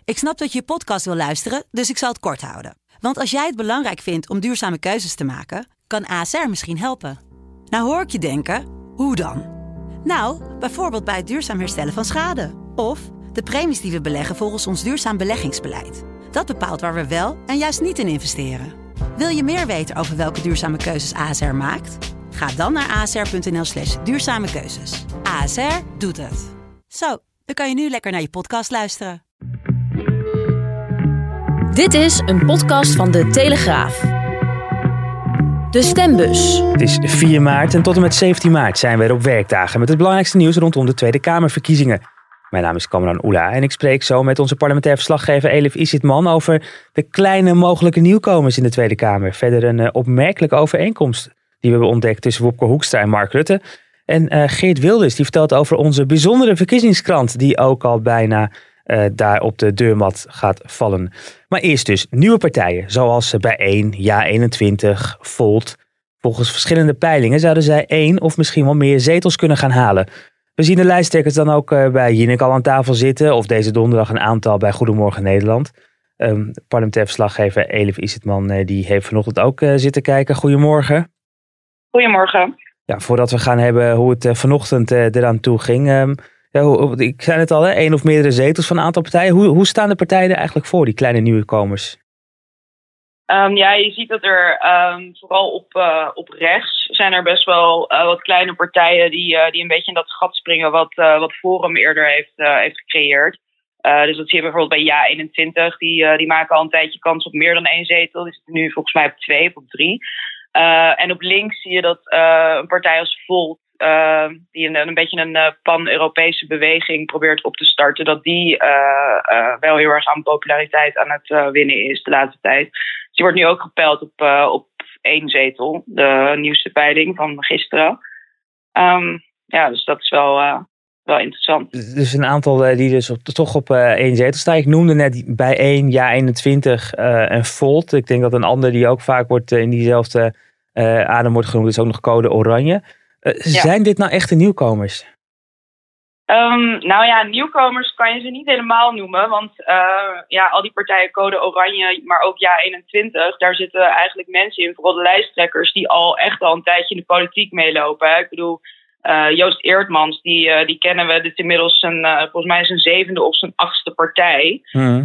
Ik snap dat je podcast wil luisteren, dus ik zal het kort houden. Want als jij het belangrijk vindt om duurzame keuzes te maken, kan ASR misschien helpen. Nou hoor ik je denken, hoe dan? Nou, bijvoorbeeld bij het duurzaam herstellen van schade. Of de premies die we beleggen volgens ons duurzaam beleggingsbeleid. Dat bepaalt waar we wel en juist niet in investeren. Wil je meer weten over welke duurzame keuzes ASR maakt? Ga dan naar asr.nl/duurzame keuzes. ASR doet het. Zo, dan kan je nu lekker naar je podcast luisteren. Dit is een podcast van De Telegraaf. De stembus. Het is 4 maart en tot en met 17 maart zijn we er op werkdagen met het belangrijkste nieuws rondom de Tweede Kamerverkiezingen. Mijn naam is Kamran Oela en ik spreek zo met onze parlementair verslaggever Elif Isitman over de kleine mogelijke nieuwkomers in de Tweede Kamer. Verder een opmerkelijke overeenkomst die we hebben ontdekt tussen Wopke Hoekstra en Mark Rutte. En Geert Wilders die vertelt over onze bijzondere verkiezingskrant die ook al bijna daar op de deurmat gaat vallen. Maar eerst dus nieuwe partijen zoals Bijeen, Ja21, Volt. Volgens verschillende peilingen zouden zij 1 of misschien wel meer zetels kunnen gaan halen. We zien de lijsttrekkers dan ook bij Jinek al aan tafel zitten of deze donderdag een aantal bij Goedemorgen Nederland. Parlementair verslaggever Elif Isitman die heeft vanochtend ook zitten kijken. Goedemorgen. Goedemorgen. Ja, voordat we gaan hebben hoe het vanochtend eraan toe ging. Ik zei het al, 1 of meerdere zetels van een aantal partijen. Hoe staan de partijen er eigenlijk voor, die kleine nieuwkomers? Je ziet dat er vooral op rechts zijn er best wel wat kleine partijen die een beetje in dat gat springen wat Forum eerder heeft gecreëerd. Dus dat zie je bijvoorbeeld bij Ja21. Die maken al een tijdje kans op meer dan 1 zetel. Die zitten nu volgens mij op 2 of op 3. En op links zie je dat een partij als Volt, die een beetje een pan-Europese beweging probeert op te starten, dat die wel heel erg aan populariteit aan het winnen is de laatste tijd. Dus die wordt nu ook gepeild op 1 zetel, de nieuwste peiling van gisteren. Dus dat is wel interessant. Dus een aantal die dus toch op 1 zetel staan. Ik noemde net Bijeen, Ja21 en Volt. Ik denk dat een ander die ook vaak wordt in diezelfde adem wordt genoemd, is ook nog Code Oranje. Zijn dit nou echte nieuwkomers? Nieuwkomers kan je ze niet helemaal noemen. Want al die partijen Code Oranje, maar ook Ja21, daar zitten eigenlijk mensen in, vooral de lijsttrekkers, die al een tijdje in de politiek meelopen. Hè. Ik bedoel, Joost Eertmans, die kennen we. Dit is inmiddels volgens mij zijn 7e of zijn 8e partij.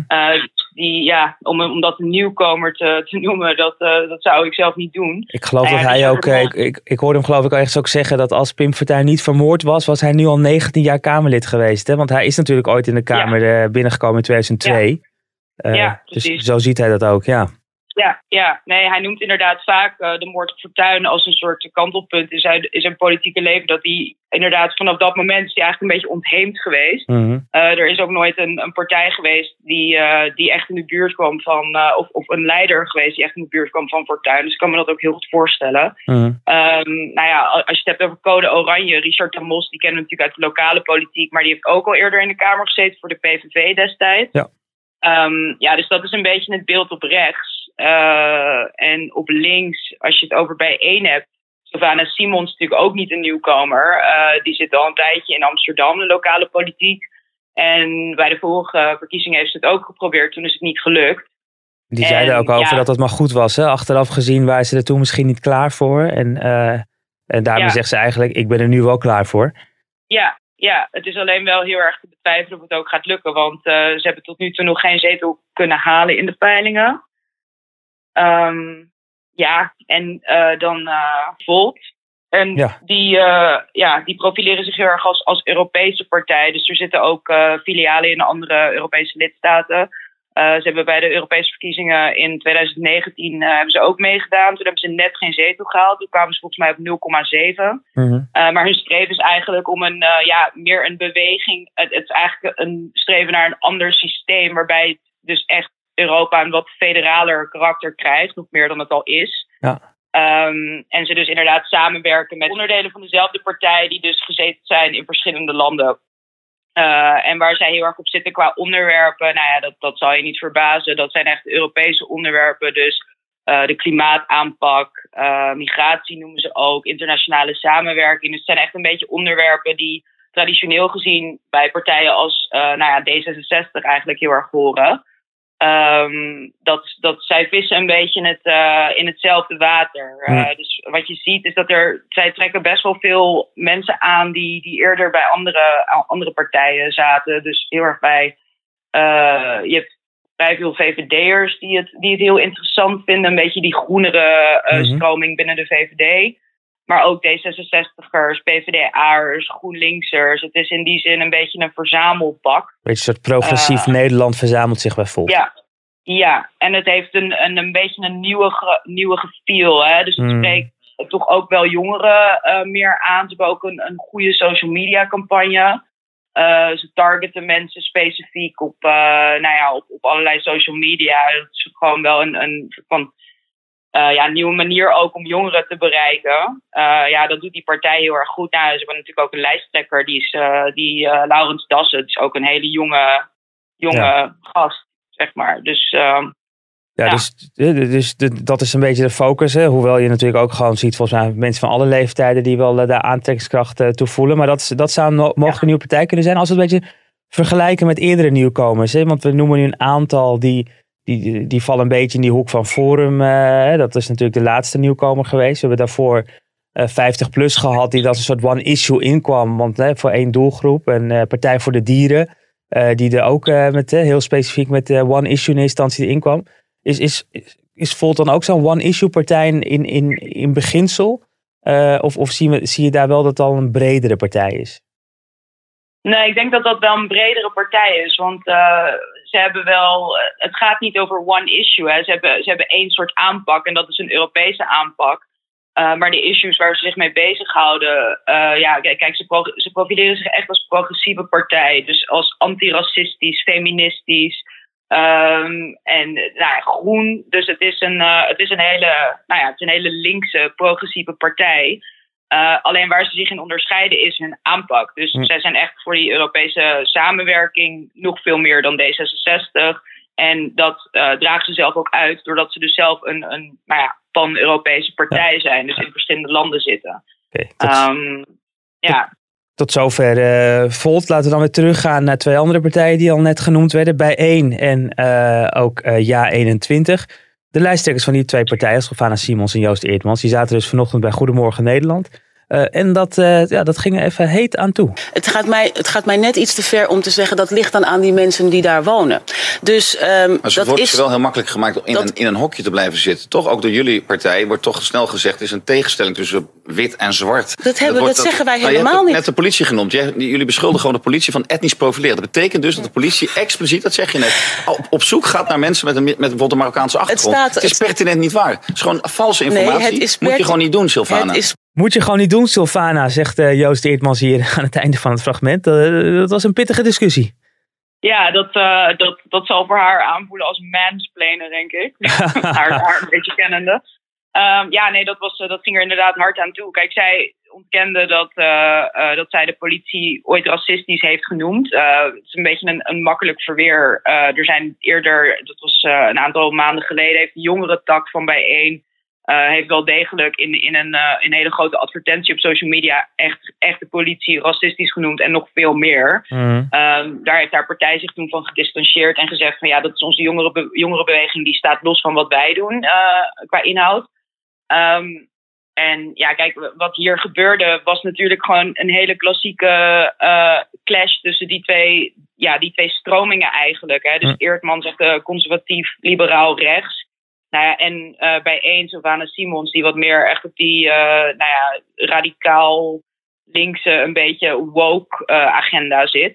Om dat een nieuwkomer te noemen, dat zou ik zelf niet doen. Ik geloof dat hij ook, ik hoorde hem geloof ik ergens ook zeggen dat als Pim Fortuyn niet vermoord was hij nu al 19 jaar Kamerlid geweest. Hè? Want hij is natuurlijk ooit in de Kamer binnengekomen in 2002. Dus zo ziet hij dat ook, ja. Nee, hij noemt inderdaad vaak de moord op Fortuyn als een soort kantelpunt in zijn politieke leven. Dat hij inderdaad vanaf dat moment is hij eigenlijk een beetje ontheemd geweest. Mm-hmm. Er is ook nooit een partij geweest die echt in de buurt kwam van, of een leider geweest die echt in de buurt kwam van Fortuyn. Dus ik kan me dat ook heel goed voorstellen. Mm-hmm. Als je het hebt over Code Oranje, Richard de Mos, die kennen we natuurlijk uit de lokale politiek, maar die heeft ook al eerder in de Kamer gezeten voor de PVV destijds. Ja. Dus dat is een beetje het beeld op rechts. En op links, als je het over Bijeen hebt, Sylvana Simons is natuurlijk ook niet een nieuwkomer. Die zit al een tijdje in Amsterdam, de lokale politiek. En bij de vorige verkiezingen heeft ze het ook geprobeerd, toen is het niet gelukt. Die zeiden ook over dat het maar goed was. Hè? Achteraf gezien waren ze er toen misschien niet klaar voor. En daarmee zegt ze eigenlijk, ik ben er nu wel klaar voor. Ja, het is alleen wel heel erg te betwijfelen of het ook gaat lukken. Want ze hebben tot nu toe nog geen zetel kunnen halen in de peilingen. Dan Volt. En die profileren zich heel erg als Europese partij. Dus er zitten ook filialen in andere Europese lidstaten. Ze hebben bij de Europese verkiezingen in 2019 hebben ze ook meegedaan. Toen hebben ze net geen zetel gehaald. Toen kwamen ze volgens mij op 0,7. Mm-hmm. Maar hun streven is eigenlijk om meer een beweging. Het is eigenlijk een streven naar een ander systeem. Waarbij het dus echt Europa een wat federaler karakter krijgt. Nog meer dan het al is. Ja. En ze dus inderdaad samenwerken met onderdelen van dezelfde partij. Die dus gezeteld zijn in verschillende landen. En waar zij heel erg op zitten qua onderwerpen, dat zal je niet verbazen. Dat zijn echt Europese onderwerpen. Dus de klimaataanpak, migratie noemen ze ook, internationale samenwerking. Dus het zijn echt een beetje onderwerpen die traditioneel gezien bij partijen als D66 eigenlijk heel erg horen. Dat zij vissen een beetje in hetzelfde water. Dus wat je ziet is dat zij trekken best wel veel mensen aan die eerder bij andere partijen zaten. Dus heel erg bij... je hebt vrij veel VVD'ers die het heel interessant vinden. Een beetje die groenere stroming binnen de VVD. Maar ook D66'ers, PvdA'ers, GroenLinks'ers. Het is in die zin een beetje een verzamelpak. Een beetje een soort progressief Nederland verzamelt zich bij Volt. Ja, en het heeft een beetje een nieuwe feel. Hè? Dus het spreekt toch ook wel jongeren meer aan. Ze hebben ook een goede social media campagne. Ze targeten mensen specifiek op allerlei social media. Dat is gewoon wel een soort van nieuwe manier ook om jongeren te bereiken. Dat doet die partij heel erg goed. Nou, ze hebben natuurlijk ook een lijsttrekker, die Laurens Dassen. Dat is ook een hele jonge gast, zeg maar. Dus... Dus dat is een beetje de focus. Hè? Hoewel je natuurlijk ook gewoon ziet, volgens mij, mensen van alle leeftijden die wel de aantrekkingskracht toevoelen. Maar dat zou een mogelijke nieuwe partij kunnen zijn als we het een beetje vergelijken met eerdere nieuwkomers. Hè? Want we noemen nu een aantal die vallen een beetje in die hoek van Forum. Dat is natuurlijk de laatste nieuwkomer geweest. We hebben daarvoor 50PLUS gehad, die als een soort one issue inkwam. Want voor één doelgroep. En Partij voor de Dieren, die er ook heel specifiek met one issue in instantie erin kwam. Is Volt dan ook zo'n one-issue partij in beginsel? Of zie je daar wel dat het al een bredere partij is? Nee, ik denk dat dat wel een bredere partij is. Want ze hebben wel... Het gaat niet over one-issue. Hè. Ze hebben één soort aanpak en dat is een Europese aanpak. Maar de issues waar ze zich mee bezighouden... kijk, ze profileren zich echt als progressieve partij. Dus als antiracistisch, feministisch... groen. Dus het is een hele linkse, progressieve partij. Alleen waar ze zich in onderscheiden is hun aanpak. Dus zij zijn echt voor die Europese samenwerking nog veel meer dan D66. En dat dragen ze zelf ook uit, doordat ze dus zelf een pan-Europese partij zijn. Dus in verschillende landen zitten. Tot zover Volt. Laten we dan weer teruggaan naar twee andere partijen die al net genoemd werden. Bijeen en ook Ja21. De lijsttrekkers van die twee partijen, Sylvana Simons en Joost Eertmans, die zaten dus vanochtend bij Goedemorgen Nederland. En dat ging er even heet aan toe. Het gaat mij net iets te ver om te zeggen dat ligt dan aan die mensen die daar wonen. Dus, maar het wordt wel heel makkelijk gemaakt om in een hokje te blijven zitten. Toch, ook door jullie partij wordt toch snel gezegd... er is een tegenstelling tussen wit en zwart. Dat zeggen wij helemaal niet. Net de politie genoemd. Jullie beschuldigen gewoon de politie van etnisch profileren. Dat betekent dus dat de politie expliciet, dat zeg je net... op zoek gaat naar mensen met bijvoorbeeld een Marokkaanse achtergrond. Het is pertinent niet waar. Het is gewoon valse informatie. Moet je gewoon niet doen, Sylvana. Moet je gewoon niet doen, Sylvana, zegt Joost Eertmans hier aan het einde van het fragment. Dat was een pittige discussie. Ja, dat zal voor haar aanvoelen als mansplainer, denk ik. haar een beetje kennende. Dat ging er inderdaad hard aan toe. Kijk, zij ontkende dat zij de politie ooit racistisch heeft genoemd. Het is een beetje een makkelijk verweer. Er zijn eerder, dat was een aantal maanden geleden, heeft de jongerentak van Bijeen... heeft wel degelijk in een hele grote advertentie op social media echt de politie racistisch genoemd en nog veel meer. Daar heeft haar partij zich toen van gedistanceerd en gezegd van dat is onze jongerenbeweging, die staat los van wat wij doen qua inhoud. Kijk, wat hier gebeurde was natuurlijk gewoon een hele klassieke clash tussen die twee stromingen eigenlijk. Hè. Dus Eertmans zegt conservatief, liberaal, rechts. En Bijeen, Sylvana Simons, die wat meer echt op die radicaal linkse, een beetje woke agenda zit.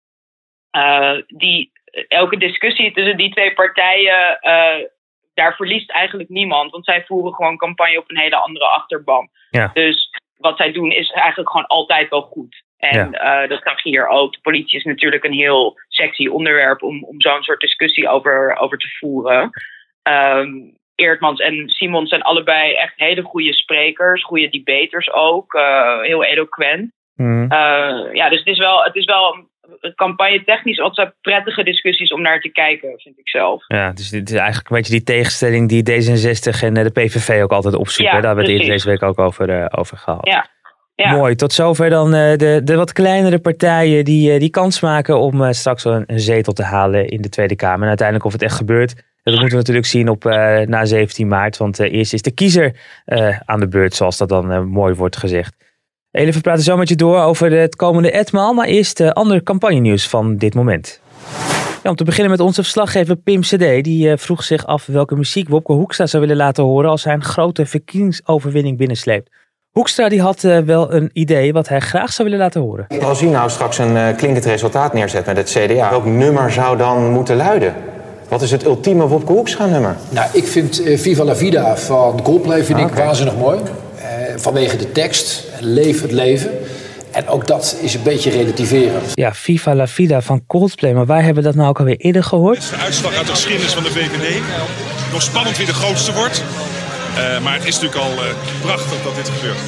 Elke discussie tussen die twee partijen, daar verliest eigenlijk niemand. Want zij voeren gewoon campagne op een hele andere achterban. Ja. Dus wat zij doen is eigenlijk gewoon altijd wel goed. En dat zag je hier ook. De politie is natuurlijk een heel sexy onderwerp om zo'n soort discussie over te voeren. Eertmans en Simons zijn allebei echt hele goede sprekers, goede debaters ook, heel eloquent. Dus het is wel campagne technisch altijd prettige discussies om naar te kijken, vind ik zelf. Ja, dus dit is eigenlijk een beetje die tegenstelling die D66 en de PVV ook altijd opzoeken. Ja, daar hebben we het eerder deze week ook over gehad. Ja. Ja. Mooi, tot zover dan de wat kleinere partijen die kans maken om straks een zetel te halen in de Tweede Kamer. En uiteindelijk of het echt gebeurt, dat moeten we natuurlijk zien na 17 maart. Want eerst is de kiezer aan de beurt, zoals dat dan mooi wordt gezegd. Elif, we praten zo met je door over het komende etmaal, maar eerst ander campagnenieuws van dit moment. Ja, om te beginnen met onze verslaggever Pim CD. Die vroeg zich af welke muziek Wopke Hoekstra zou willen laten horen als hij een grote verkiezingsoverwinning binnensleept. Hoekstra die had wel een idee wat hij graag zou willen laten horen. Als u nou straks een klinkend resultaat neerzet met het CDA, welk nummer zou dan moeten luiden? Wat is het ultieme Wopke Hoekstra nummer? Nou, ik vind Viva la Vida van Coldplay waanzinnig mooi. Vanwege de tekst, leef het leven. En ook dat is een beetje relativerend. Ja, Viva la Vida van Coldplay. Maar waar hebben we dat nou ook alweer eerder gehoord? Dit is de uitslag uit de geschiedenis van de VVD. Nog spannend wie de grootste wordt. Maar het is natuurlijk al prachtig dat dit gebeurt.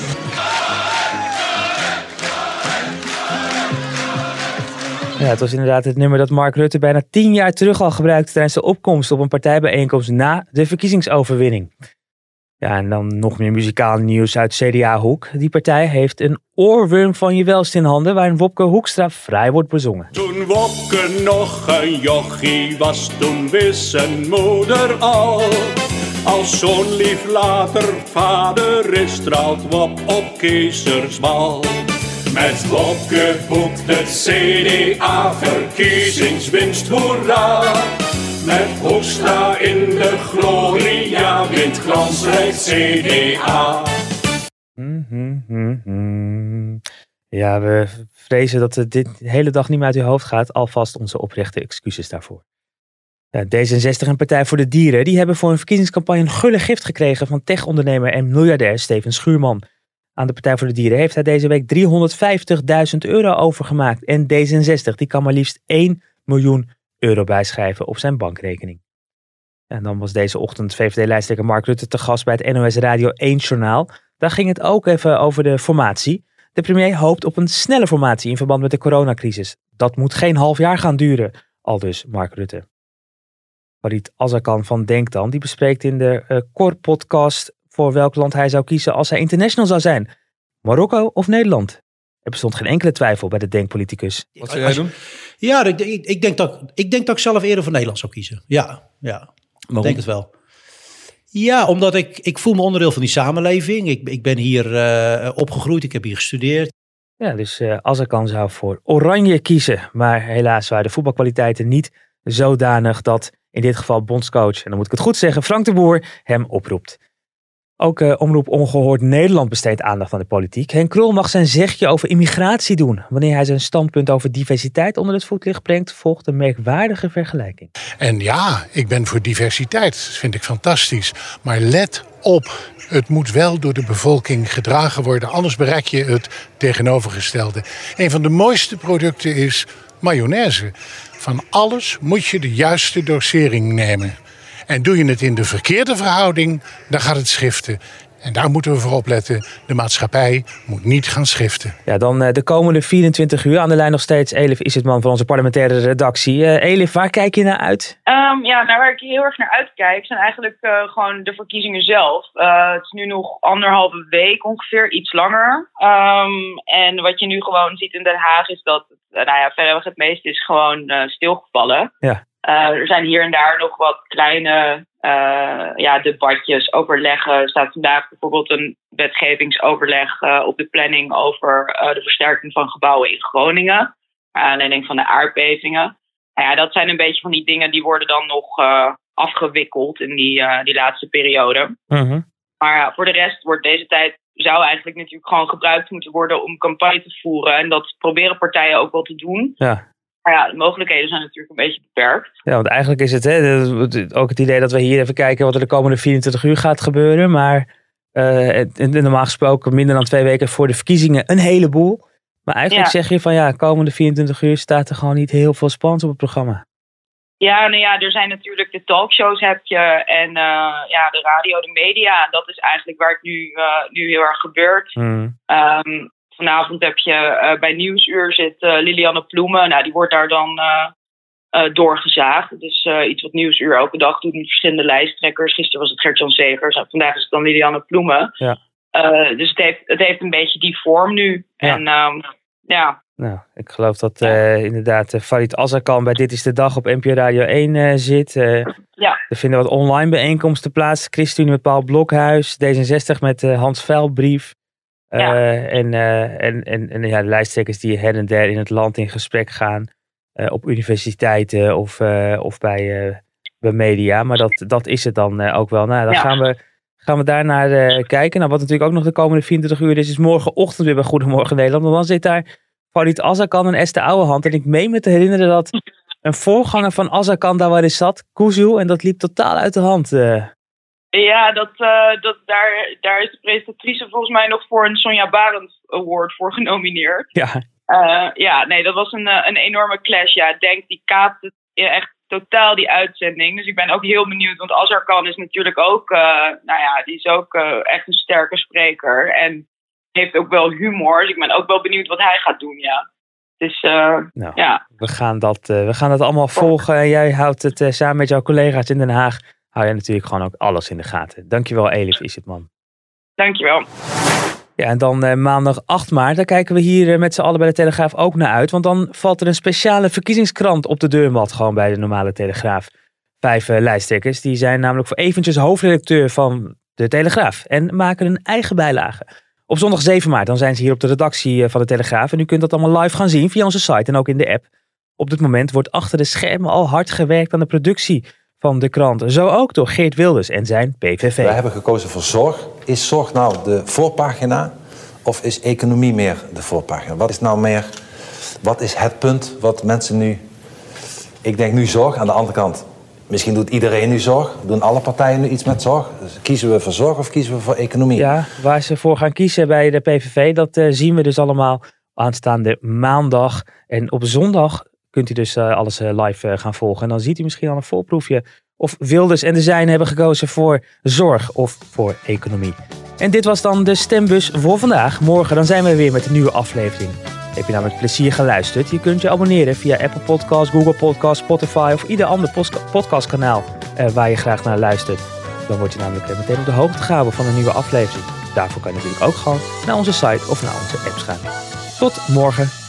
Ja, het was inderdaad het nummer dat Mark Rutte bijna 10 jaar terug al gebruikte tijdens de opkomst op een partijbijeenkomst na de verkiezingsoverwinning. Ja, en dan nog meer muzikaal nieuws uit CDA-hoek. Die partij heeft een oorworm van je welst in handen waarin Wopke Hoekstra vrij wordt bezongen. Toen Wopke nog een jochie was, toen wist zijn moeder al. Als zo'n lief later vader is, trouwt Wop op Keizersbal. Met Wopke boekt het CDA verkiezingswinst, hoera! Met Hoekstra in de gloria wint glansrijk CDA. Ja, we vrezen dat het dit de hele dag niet meer uit uw hoofd gaat. Alvast onze oprechte excuses daarvoor. Ja, D66 en Partij voor de Dieren die hebben voor hun verkiezingscampagne een gulle gift gekregen van tech-ondernemer en miljardair Steven Schuurman. Aan de Partij voor de Dieren heeft hij deze week €350.000 overgemaakt. En D66 die kan maar liefst €1 miljoen bijschrijven op zijn bankrekening. En dan was deze ochtend VVD-lijsttrekker Mark Rutte te gast bij het NOS Radio 1 journaal. Daar ging het ook even over de formatie. De premier hoopt op een snelle formatie in verband met de coronacrisis. Dat moet geen half jaar gaan duren, aldus Mark Rutte. Farid Azarkan van Denk dan, die bespreekt in de Cor-podcast voor welk land hij zou kiezen als hij international zou zijn. Marokko of Nederland? Er bestond geen enkele twijfel bij de Denkpoliticus. Wat zou jij doen? Ja, ik denk dat ik zelf eerder voor Nederland zou kiezen. Ja. Ik denk het wel. Ja, omdat ik voel me onderdeel van die samenleving. Ik ben hier opgegroeid, ik heb hier gestudeerd. Ja, dus Azarkan zou voor Oranje kiezen. Maar helaas waren de voetbalkwaliteiten niet zodanig dat in dit geval bondscoach, en dan moet ik het goed zeggen, Frank de Boer hem oproept. Ook Omroep Ongehoord Nederland besteedt aandacht aan de politiek. Henk Krol mag zijn zegje over immigratie doen. Wanneer hij zijn standpunt over diversiteit onder het voetlicht brengt, volgt een merkwaardige vergelijking. En ja, ik ben voor diversiteit. Dat vind ik fantastisch. Maar let op, het moet wel door de bevolking gedragen worden. Anders bereik je het tegenovergestelde. Een van de mooiste producten is mayonaise. Van alles moet je de juiste dosering nemen. En doe je het in de verkeerde verhouding, dan gaat het schiften. En daar moeten we voor opletten. De maatschappij moet niet gaan schiften. Ja, dan de komende 24 uur. Aan de lijn nog steeds Elif Isitman van onze parlementaire redactie. Elif, waar kijk je naar uit? Waar ik heel erg naar uitkijk zijn eigenlijk gewoon de verkiezingen zelf. Het is nu nog 1,5 week ongeveer, iets langer. En wat je nu gewoon ziet in Den Haag is dat verreweg het meeste is gewoon stilgevallen. Ja. Er zijn hier en daar nog wat kleine debatjes, overleggen. Er staat vandaag bijvoorbeeld een wetgevingsoverleg op de planning over de versterking van gebouwen in Groningen. Naar aanleiding van de aardbevingen. Dat zijn een beetje van die dingen die worden dan nog afgewikkeld in die laatste periode. Uh-huh. Maar voor de rest wordt deze tijd zou eigenlijk natuurlijk gewoon gebruikt moeten worden om campagne te voeren. En dat proberen partijen ook wel te doen. Ja. Maar de mogelijkheden zijn natuurlijk een beetje beperkt. Ja, want eigenlijk is het ook het idee dat we hier even kijken wat er de komende 24 uur gaat gebeuren. Maar normaal gesproken minder dan 2 weken voor de verkiezingen een heleboel. Maar eigenlijk zeg je van komende 24 uur staat er gewoon niet heel veel spannends op het programma. Ja, er zijn natuurlijk de talkshows heb je en de radio, de media. Dat is eigenlijk waar het nu heel erg gebeurt. Vanavond heb je bij Nieuwsuur zit Lilianne Ploemen. Die wordt daar dan doorgezaagd. Dus iets wat Nieuwsuur elke dag doet met verschillende lijsttrekkers. Gisteren was het Gert-Jan Segers. Vandaag is het dan Lilianne Ploemen. Ja. Dus het heeft een beetje die vorm nu. Ja. En ja. Nou, ik geloof dat inderdaad Farid Azarkan bij Dit is de Dag op NPO Radio 1 zit. Er vinden wat online bijeenkomsten plaats. ChristenUnie met Paul Blokhuis. D66 met Hans Veilbrief. En de lijsttrekkers die her en der in het land in gesprek gaan. Op universiteiten of bij media. Maar dat is het dan ook wel. Nou, dan gaan we daar naar kijken. Nou, wat natuurlijk ook nog de komende 24 uur is morgenochtend weer bij Goedemorgen Nederland. Want dan zit daar Farid Azarkan en Esther Ouwehand. En ik meen me te herinneren dat een voorganger van Azarkan daar waar hij zat, Kuzu, en dat liep totaal uit de hand. Ja, daar is de presentatrice volgens mij nog voor een Sonja Barend Award voor genomineerd. Ja. Nee, dat was een enorme clash. Ja, die kaapte echt totaal die uitzending. Dus ik ben ook heel benieuwd, want Azarkan is natuurlijk ook, die is ook echt een sterke spreker. En heeft ook wel humor. Dus ik ben ook wel benieuwd wat hij gaat doen, ja. Dus we gaan dat allemaal volgen. En jij houdt het samen met jouw collega's in Den Haag. Hou jij natuurlijk gewoon ook alles in de gaten. Dankjewel, Elif Isitman. Dankjewel. Ja, en dan maandag 8 maart, daar kijken we hier met z'n allen bij de Telegraaf ook naar uit. Want dan valt er een speciale verkiezingskrant op de deurmat, gewoon bij de normale Telegraaf. 5 lijsttrekkers, die zijn namelijk voor eventjes hoofdredacteur van de Telegraaf en maken een eigen bijlage. Op zondag 7 maart, dan zijn ze hier op de redactie van de Telegraaf. En u kunt dat allemaal live gaan zien via onze site en ook in de app. Op dit moment wordt achter de schermen al hard gewerkt aan de productie van de krant. Zo ook door Geert Wilders en zijn PVV. Wij hebben gekozen voor zorg. Is zorg nou de voorpagina of is economie meer de voorpagina? Wat is het punt wat mensen nu... Ik denk nu zorg, aan de andere kant. Misschien doet iedereen nu zorg. Doen alle partijen nu iets met zorg? Dus kiezen we voor zorg of kiezen we voor economie? Ja, waar ze voor gaan kiezen bij de PVV, dat zien we dus allemaal aanstaande maandag. En op zondag kunt u dus alles live gaan volgen. En dan ziet u misschien al een voorproefje of Wilders en de zijnen hebben gekozen voor zorg of voor economie. En dit was dan de stembus voor vandaag. Morgen dan zijn we weer met een nieuwe aflevering. Heb je nou met plezier geluisterd? Je kunt je abonneren via Apple Podcasts, Google Podcasts, Spotify of ieder ander podcastkanaal waar je graag naar luistert. Dan word je namelijk meteen op de hoogte gehouden van een nieuwe aflevering. Daarvoor kan je natuurlijk ook gewoon naar onze site of naar onze apps gaan. Tot morgen.